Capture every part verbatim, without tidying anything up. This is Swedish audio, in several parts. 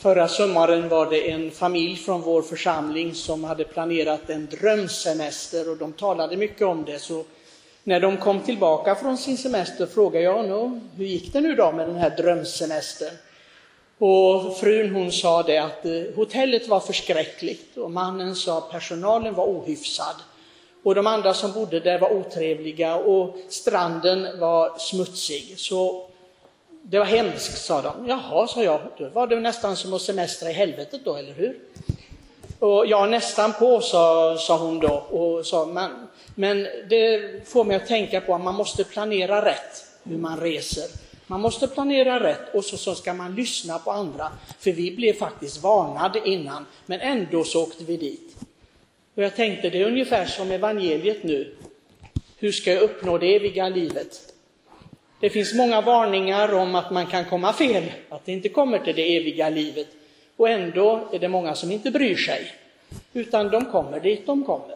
Förra sommaren var det en familj från vår församling som hade planerat en drömsemester och de talade mycket om det. Så när de kom tillbaka från sin semester frågade jag nu, hur gick det nu då med den här drömsemestern? Och frun hon sa det att hotellet var förskräckligt och mannen sa att personalen var ohyfsad. Och de andra som bodde där var otrevliga och stranden var smutsig. Så det var hemskt, sa de. Jaha, sa jag. Då var det nästan som att semestra i helvetet då, eller hur? Och ja, nästan på, sa, sa hon då. Och sa, men, men det får mig att tänka på att man måste planera rätt hur man reser. Man måste planera rätt och så, så ska man lyssna på andra. För vi blev faktiskt varnade innan, men ändå så åkte vi dit. Och jag tänkte, det är ungefär som evangeliet nu. Hur ska jag uppnå det eviga livet? Det finns många varningar om att man kan komma fel, att det inte kommer till det eviga livet. Och ändå är det många som inte bryr sig, utan de kommer dit de kommer.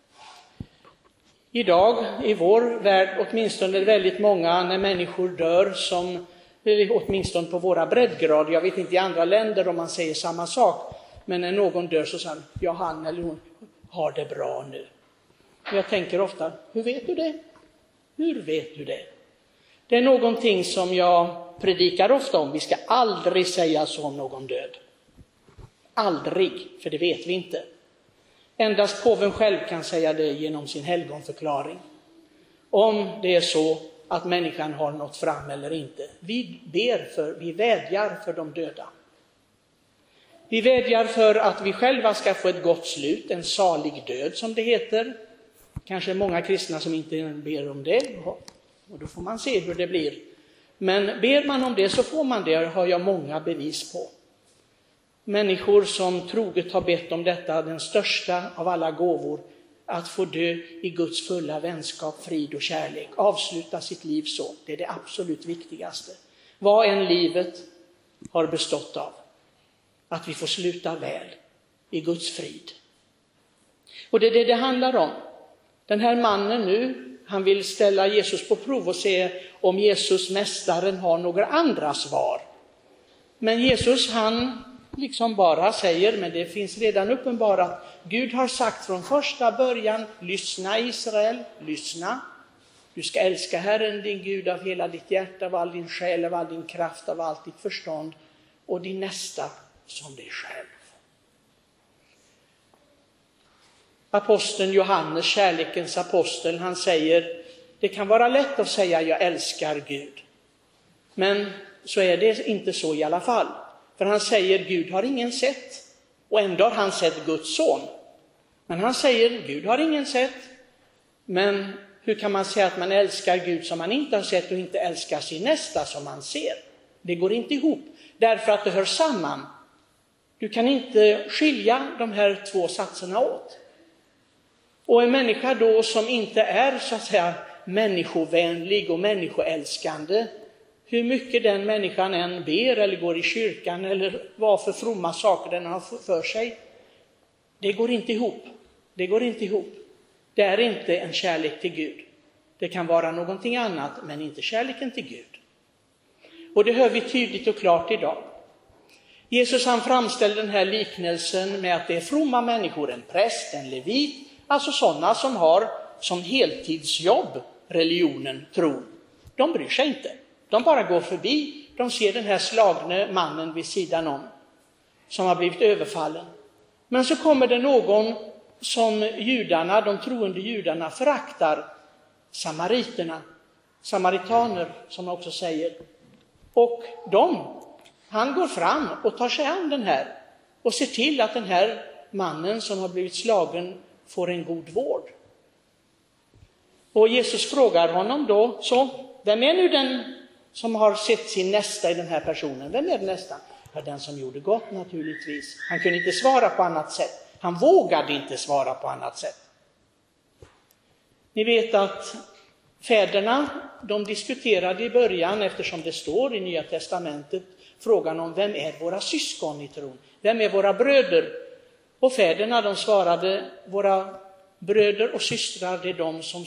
Idag i vår värld åtminstone är det väldigt många när människor dör som, åtminstone på våra breddgrader, jag vet inte i andra länder om man säger samma sak, men när någon dör så säger ja, han eller hon har det bra nu. Och jag tänker ofta, hur vet du det? Hur vet du det? Det är någonting som jag predikar ofta om. Vi ska aldrig säga så om någon död. Aldrig, för det vet vi inte. Endast påven själv kan säga det genom sin helgonförklaring. Om det är så att människan har nått fram eller inte. Vi ber för, vi vädjar för de döda. Vi vädjar för att vi själva ska få ett gott slut, en salig död som det heter. Kanske många kristna som inte ber om det. Och då får man se hur det blir. Men ber man om det så får man det, har jag många bevis på. Människor som troget har bett om detta, den största av alla gåvor, att få dö i Guds fulla vänskap, frid och kärlek. Avsluta sitt liv så, det är det absolut viktigaste. Vad än livet har bestått av. Att vi får sluta väl i Guds frid. Och det är det det handlar om. Den här mannen nu, han vill ställa Jesus på prov och se om Jesus, mästaren, har några andra svar. Men Jesus, han liksom bara säger, men det finns redan uppenbarat. Gud har sagt från första början, lyssna Israel, lyssna. Du ska älska Herren din Gud av hela ditt hjärta, av all din själ, av all din kraft, av allt ditt förstånd och din nästa som dig själv. Aposteln Johannes, kärlekens apostel, han säger, det kan vara lätt att säga jag älskar Gud. Men så är det inte så i alla fall. För han säger Gud har ingen sett. Och ändå har han sett Guds son. Men han säger Gud har ingen sett. Men hur kan man säga att man älskar Gud som man inte har sett och inte älskar sin nästa som man ser? Det går inte ihop. Därför att det hör samman. Du kan inte skilja de här två satserna åt. Och en människa då som inte är så att säga människovänlig och människoälskande, hur mycket den människan än ber eller går i kyrkan eller vad för fromma saker den har för sig, det går inte ihop. Det går inte ihop. Det är inte en kärlek till Gud. Det kan vara någonting annat, men inte kärleken till Gud. Och det hör vi tydligt och klart idag. Jesus han framställer den här liknelsen med att det är fromma människor, en präst, en levit, alltså sådana som har som heltidsjobb religionen, tron. De bryr sig inte. De bara går förbi. De ser den här slagne mannen vid sidan om som har blivit överfallen. Men så kommer det någon som judarna, de troende judarna föraktar, samariterna, samaritaner som man också säger. Och de, han går fram och tar sig an den här och ser till att den här mannen som har blivit slagen får en god vård. Och Jesus frågar honom då, så vem är nu den som har sett sin nästa i den här personen? Vem är den nästa? Ja, den som gjorde gott naturligtvis. Han kunde inte svara på annat sätt. Han vågade inte svara på annat sätt. Ni vet att fäderna, de diskuterade i början, eftersom det står i Nya testamentet, frågan om vem är våra syskon i tron? Vem är våra bröder? Och fäderna, de svarade, våra bröder och systrar, det är de som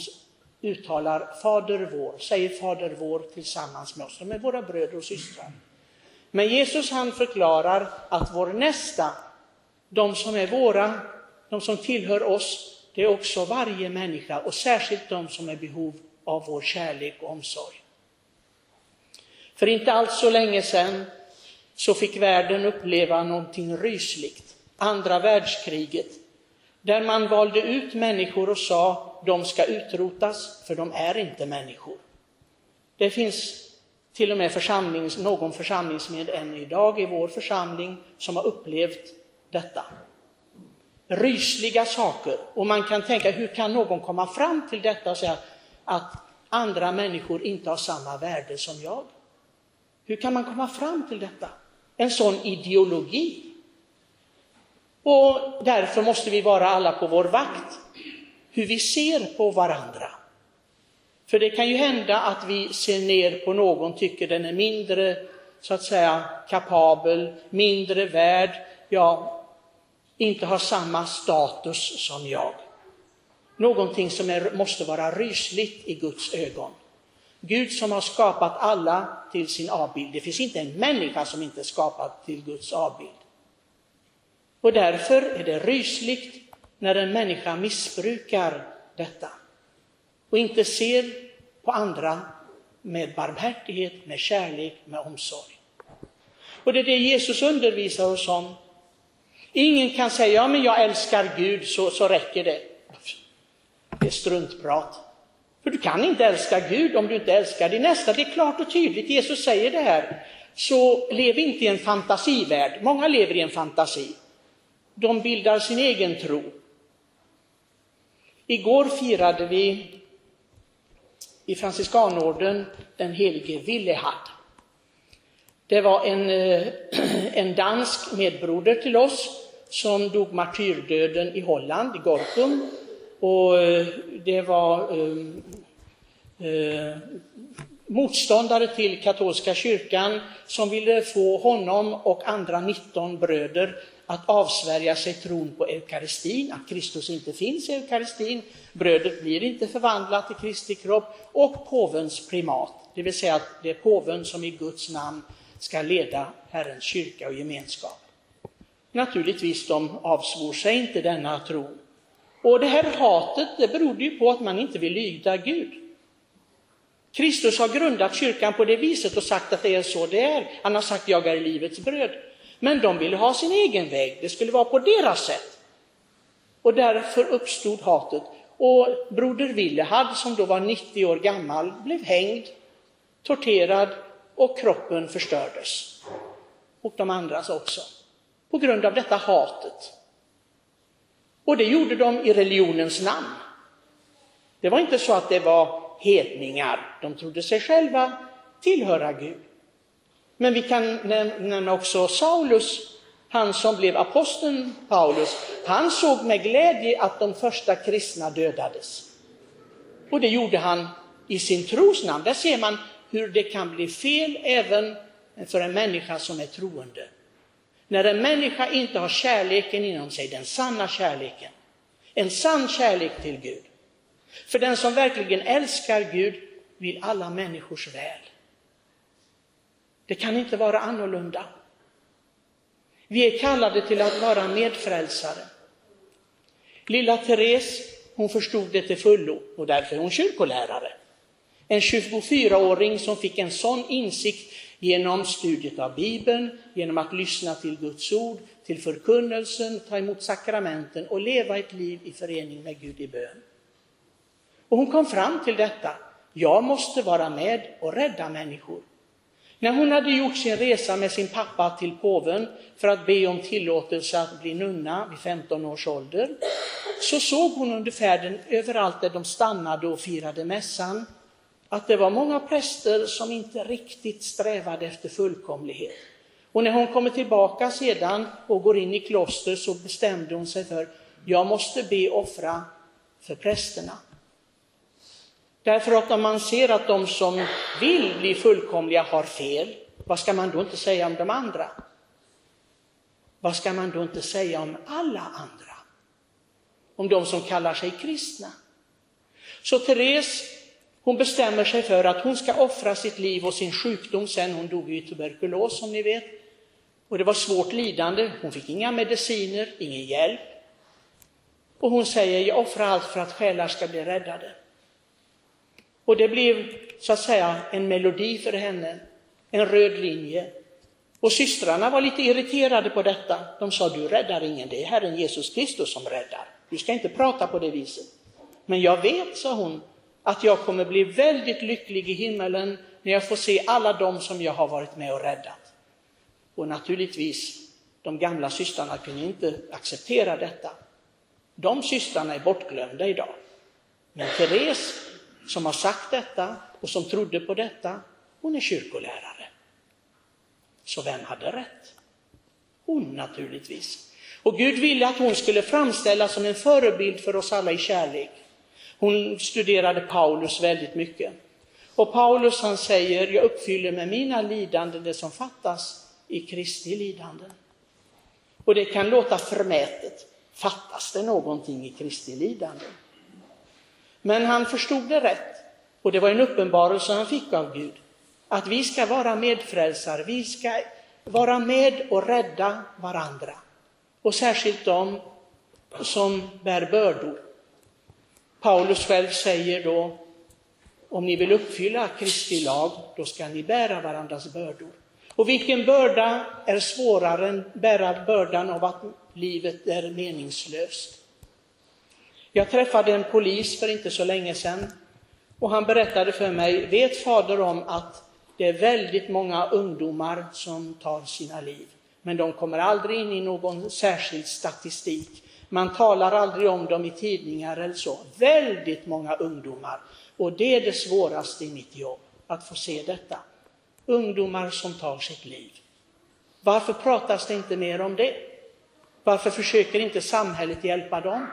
uttalar Fader vår, säger Fader vår tillsammans med oss. De är våra bröder och systrar. Men Jesus han förklarar att vår nästa, de som är våra, de som tillhör oss, det är också varje människa och särskilt de som är i behov av vår kärlek och omsorg. För inte alls så länge sedan så fick världen uppleva någonting rysligt. Andra världskriget. Där man valde ut människor och sa de ska utrotas för de är inte människor. Det finns till och med församlings, någon församlingsmed än idag i vår församling som har upplevt detta. Rysliga saker. Och man kan tänka, hur kan någon komma fram till detta och säga att andra människor inte har samma värde som jag? Hur kan man komma fram till detta? En sån ideologi. Och därför måste vi vara alla på vår vakt. Hur vi ser på varandra. För det kan ju hända att vi ser ner på någon, tycker den är mindre så att säga kapabel, mindre värd, ja, inte har samma status som jag. Någonting som är, måste vara rysligt i Guds ögon. Gud som har skapat alla till sin avbild. Det finns inte en människa som inte är skapad till Guds avbild. Och därför är det rysligt när en människa missbrukar detta. Och inte ser på andra med barmhärtighet, med kärlek, med omsorg. Och det är det Jesus undervisar oss om. Ingen kan säga, ja men jag älskar Gud, så, så räcker det. Det är struntprat. För du kan inte älska Gud om du inte älskar din nästa. Det är klart och tydligt. Jesus säger det här. Så lev inte i en fantasivärld. Många lever i en fantasi. De bildar sin egen tro. Igår firade vi i Franciskanorden den helige Willehad. Det var en, en dansk medbroder till oss som dog martyrdöden i Holland, i Gorkum. Och det var eh, eh, motståndare till katolska kyrkan som ville få honom och andra nitton bröder att avsvärja sig tron på eukaristin, att Kristus inte finns i eukaristin, brödet blir inte förvandlat till Kristi kropp, och påvens primat, det vill säga att det är påven som i Guds namn ska leda Herrens kyrka och gemenskap. Naturligtvis de avsvor sig inte denna tro. Och det här hatet, det berodde ju på att man inte vill lyda Gud. Kristus har grundat kyrkan på det viset och sagt att det är så det är. Han har sagt, jag är livets bröd. Men de ville ha sin egen väg. Det skulle vara på deras sätt. Och därför uppstod hatet. Och broder Willehad, som då var nittio år gammal, blev hängd, torterad och kroppen förstördes. Och de andras också. På grund av detta hatet. Och det gjorde de i religionens namn. Det var inte så att det var hedningar. De trodde sig själva tillhöra Gud. Men vi kan nämna också Saulus, han som blev aposteln Paulus. Han såg med glädje att de första kristna dödades. Och det gjorde han i sin tros namn. Där ser man hur det kan bli fel även för en människa som är troende. När en människa inte har kärleken inom sig, den sanna kärleken. En sann kärlek till Gud. För den som verkligen älskar Gud vill alla människors väl. Det kan inte vara annorlunda. Vi är kallade till att vara medfrälsare. Lilla Therese, hon förstod det till fullo och därför är hon kyrkolärare. En tjugofyraåring som fick en sån insikt genom studiet av Bibeln, genom att lyssna till Guds ord, till förkunnelsen, ta emot sakramenten och leva ett liv i förening med Gud i bön. Och hon kom fram till detta. Jag måste vara med och rädda människor. När hon hade gjort sin resa med sin pappa till påven för att be om tillåtelse att bli nunna vid femton års ålder, så såg hon under färden överallt där de stannade och firade mässan att det var många präster som inte riktigt strävade efter fullkomlighet. Och när hon kommer tillbaka sedan och går in i kloster så bestämde hon sig för, jag måste be offra för prästerna. Därför att om man ser att de som vill bli fullkomliga har fel, vad ska man då inte säga om de andra? Vad ska man då inte säga om alla andra? Om de som kallar sig kristna? Så Therese, Hon bestämmer sig för att hon ska offra sitt liv och sin sjukdom. Sen hon dog i tuberkulos, som ni vet. Och det var svårt lidande. Hon fick inga mediciner, ingen hjälp. Och hon säger, jag offrar allt för att själar ska bli räddade. Och det blev så att säga en melodi för henne. En röd linje. Och systrarna var lite irriterade på detta. De sa, du räddar ingen, det är Herren Jesus Kristus som räddar. Du ska inte prata på det viset. Men jag vet, sa hon, att jag kommer bli väldigt lycklig i himmelen när jag får se alla dem som jag har varit med och räddat. Och naturligtvis, de gamla systrarna kunde inte acceptera detta. De systrarna är bortglömda idag. Men Therese, som har sagt detta och som trodde på detta, hon är kyrkolärare. Så vem hade rätt? Hon naturligtvis. Och Gud ville att hon skulle framställas som en förebild för oss alla i kärlek. Hon studerade Paulus väldigt mycket. Och Paulus, han säger, jag uppfyller med mina lidanden det som fattas i Kristi lidanden. Och det kan låta förmätet. Fattas det någonting i Kristi lidanden? Men han förstod det rätt. Och det var en uppenbarelse han fick av Gud. Att vi ska vara medfrälsare. Vi ska vara med och rädda varandra. Och särskilt de som bär bördor. Paulus själv säger då, om ni vill uppfylla Kristi lag, då ska ni bära varandras bördor. Och vilken börda är svårare än bära bördan av att livet är meningslöst? Jag träffade en polis för inte så länge sedan. Och han berättade för mig, vet fader om att det är väldigt många ungdomar som tar sina liv. Men de kommer aldrig in i någon särskild statistik. Man talar aldrig om dem i tidningar eller så. Väldigt många ungdomar. Och det är det svåraste i mitt jobb, att få se detta. Ungdomar som tar sitt liv. Varför pratas det inte mer om det? Varför försöker inte samhället hjälpa dem?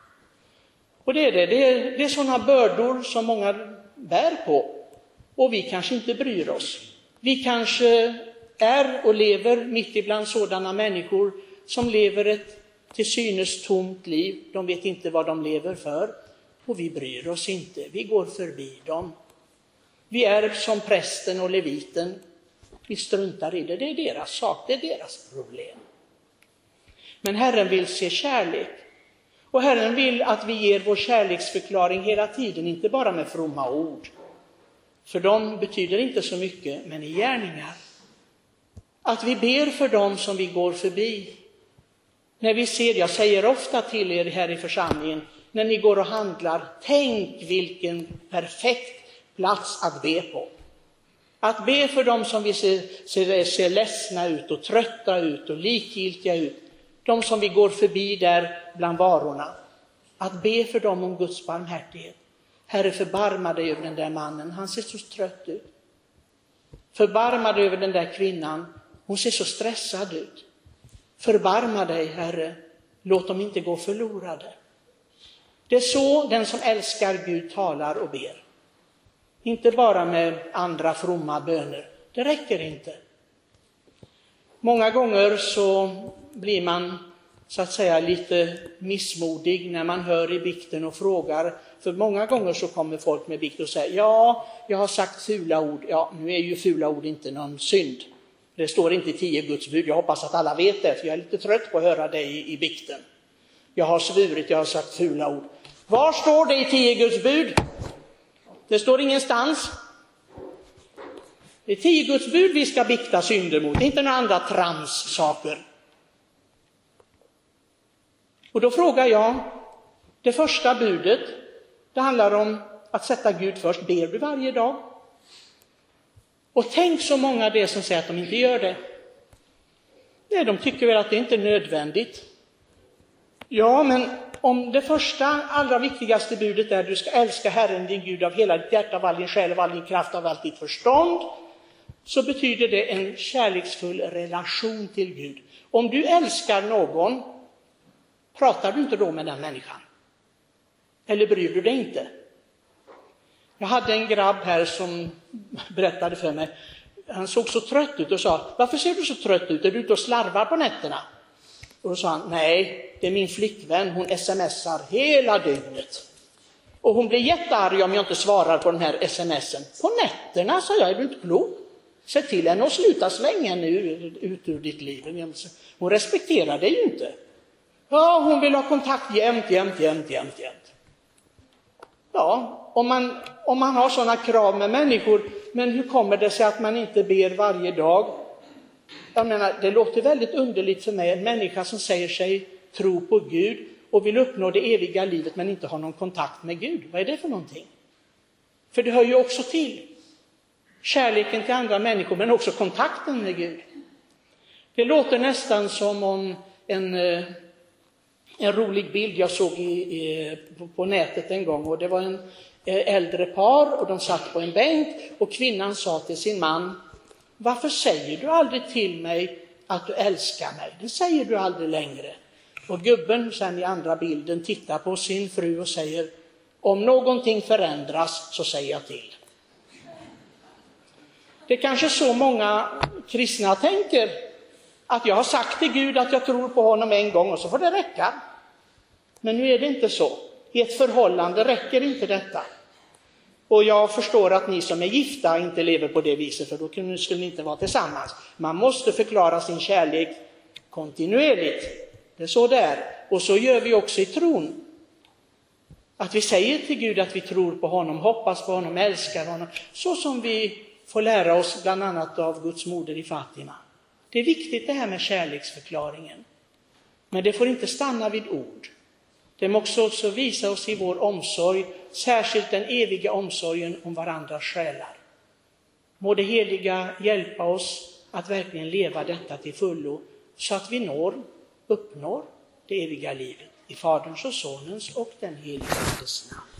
Och det är det. Det är, det är sådana bördor som många bär på. Och vi kanske inte bryr oss. Vi kanske är och lever mitt ibland sådana människor som lever ett till synes tomt liv. De vet inte vad de lever för. Och vi bryr oss inte. Vi går förbi dem. Vi är som prästen och leviten. Vi struntar i det. Det är deras sak. Det är deras problem. Men Herren vill se kärlek. Och Herren vill att vi ger vår kärleksförklaring hela tiden. Inte bara med fromma ord. För de betyder inte så mycket, men i gärningar. Att vi ber för dem som vi går förbi. När vi ser, jag säger ofta till er här i församlingen, när ni går och handlar, tänk vilken perfekt plats att be på. Att be för dem som vi ser, ser, ser ledsna ut och trötta ut och likgiltiga ut. De som vi går förbi där bland varorna. Att be för dem om Guds barmhärtighet. Herre, förbarma dig över den där mannen. Han ser så trött ut. Förbarma dig över den där kvinnan. Hon ser så stressad ut. Förbarma dig, Herre. Låt dem inte gå förlorade. Det är så den som älskar Gud talar och ber. Inte bara med andra fromma böner. Det räcker inte. Många gånger så blir man så att säga lite missmodig när man hör i bikten och frågar. För många gånger så kommer folk med bikt och säger, ja, jag har sagt fula ord. Ja, nu är ju fula ord inte någon synd. Det står inte i tio Guds bud. Jag hoppas att alla vet det, för jag är lite trött på att höra det i, i bikten. Jag har svurit, jag har sagt fula ord. Var står det i tio Guds bud? Det står ingenstans. Det är tio Guds bud vi ska bikta synder mot, inte några andra trams-saker. Och då frågar jag, det första budet, det handlar om att sätta Gud först. Ber du varje dag? Och tänk så många det som säger att de inte gör det. Nej, de tycker väl att det inte är nödvändigt. Ja, men om det första, allra viktigaste budet är att du ska älska Herren din Gud av hela ditt hjärta, av all din själ, av all din kraft, av allt ditt förstånd, så betyder det en kärleksfull relation till Gud. Om du älskar någon, pratar du inte då med den människan? Eller bryr du dig inte? Jag hade en grabb här som berättade för mig. Han såg så trött ut och sa, varför ser du så trött ut? Är du ute och slarvar på nätterna? Och då sa han, nej, det är min flickvän. Hon smsar hela dygnet. Och hon blir jättearg om jag inte svarar på den här smsen. På nätterna, sa jag, är du inte klok? Se till henne och sluta slänga henne ut ur ditt liv. Hon respekterar det ju inte. Ja, hon vill ha kontakt jämt, jämt, jämt, jämt, jämt. Ja, om man, om man har sådana krav med människor, men hur kommer det sig att man inte ber varje dag? Jag menar, det låter väldigt underligt för mig, en människa som säger sig tro på Gud och vill uppnå det eviga livet men inte har någon kontakt med Gud. Vad är det för någonting? För det hör ju också till kärleken till andra människor, men också kontakten med Gud. Det låter nästan som om en, en rolig bild jag såg i, i, på, på nätet en gång. Och det var en äldre par och de satt på en bänk och kvinnan sa till sin man: varför säger du aldrig till mig att du älskar mig? Det säger du aldrig längre. Och gubben sen i andra bilden tittar på sin fru och säger: om någonting förändras så säger jag till. Det är kanske så många kristna tänker, att jag har sagt till Gud att jag tror på honom en gång och så får det räcka. Men nu är det inte så. I ett förhållande räcker inte detta. Och jag förstår att ni som är gifta inte lever på det viset, för då skulle ni inte vara tillsammans. Man måste förklara sin kärlek kontinuerligt. Det är så det är. Och så gör vi också i tron. Att vi säger till Gud att vi tror på honom, hoppas på honom, älskar honom. Så som vi får lära oss bland annat av Guds moder i Fatima. Det är viktigt det här med kärleksförklaringen. Men det får inte stanna vid ord. Det måste också visa oss i vår omsorg, särskilt den eviga omsorgen om varandras själar. Må det heliga hjälpa oss att verkligen leva detta till fullo, så att vi når, uppnår det eviga livet i Faderns och Sonens och den helige Andes namn.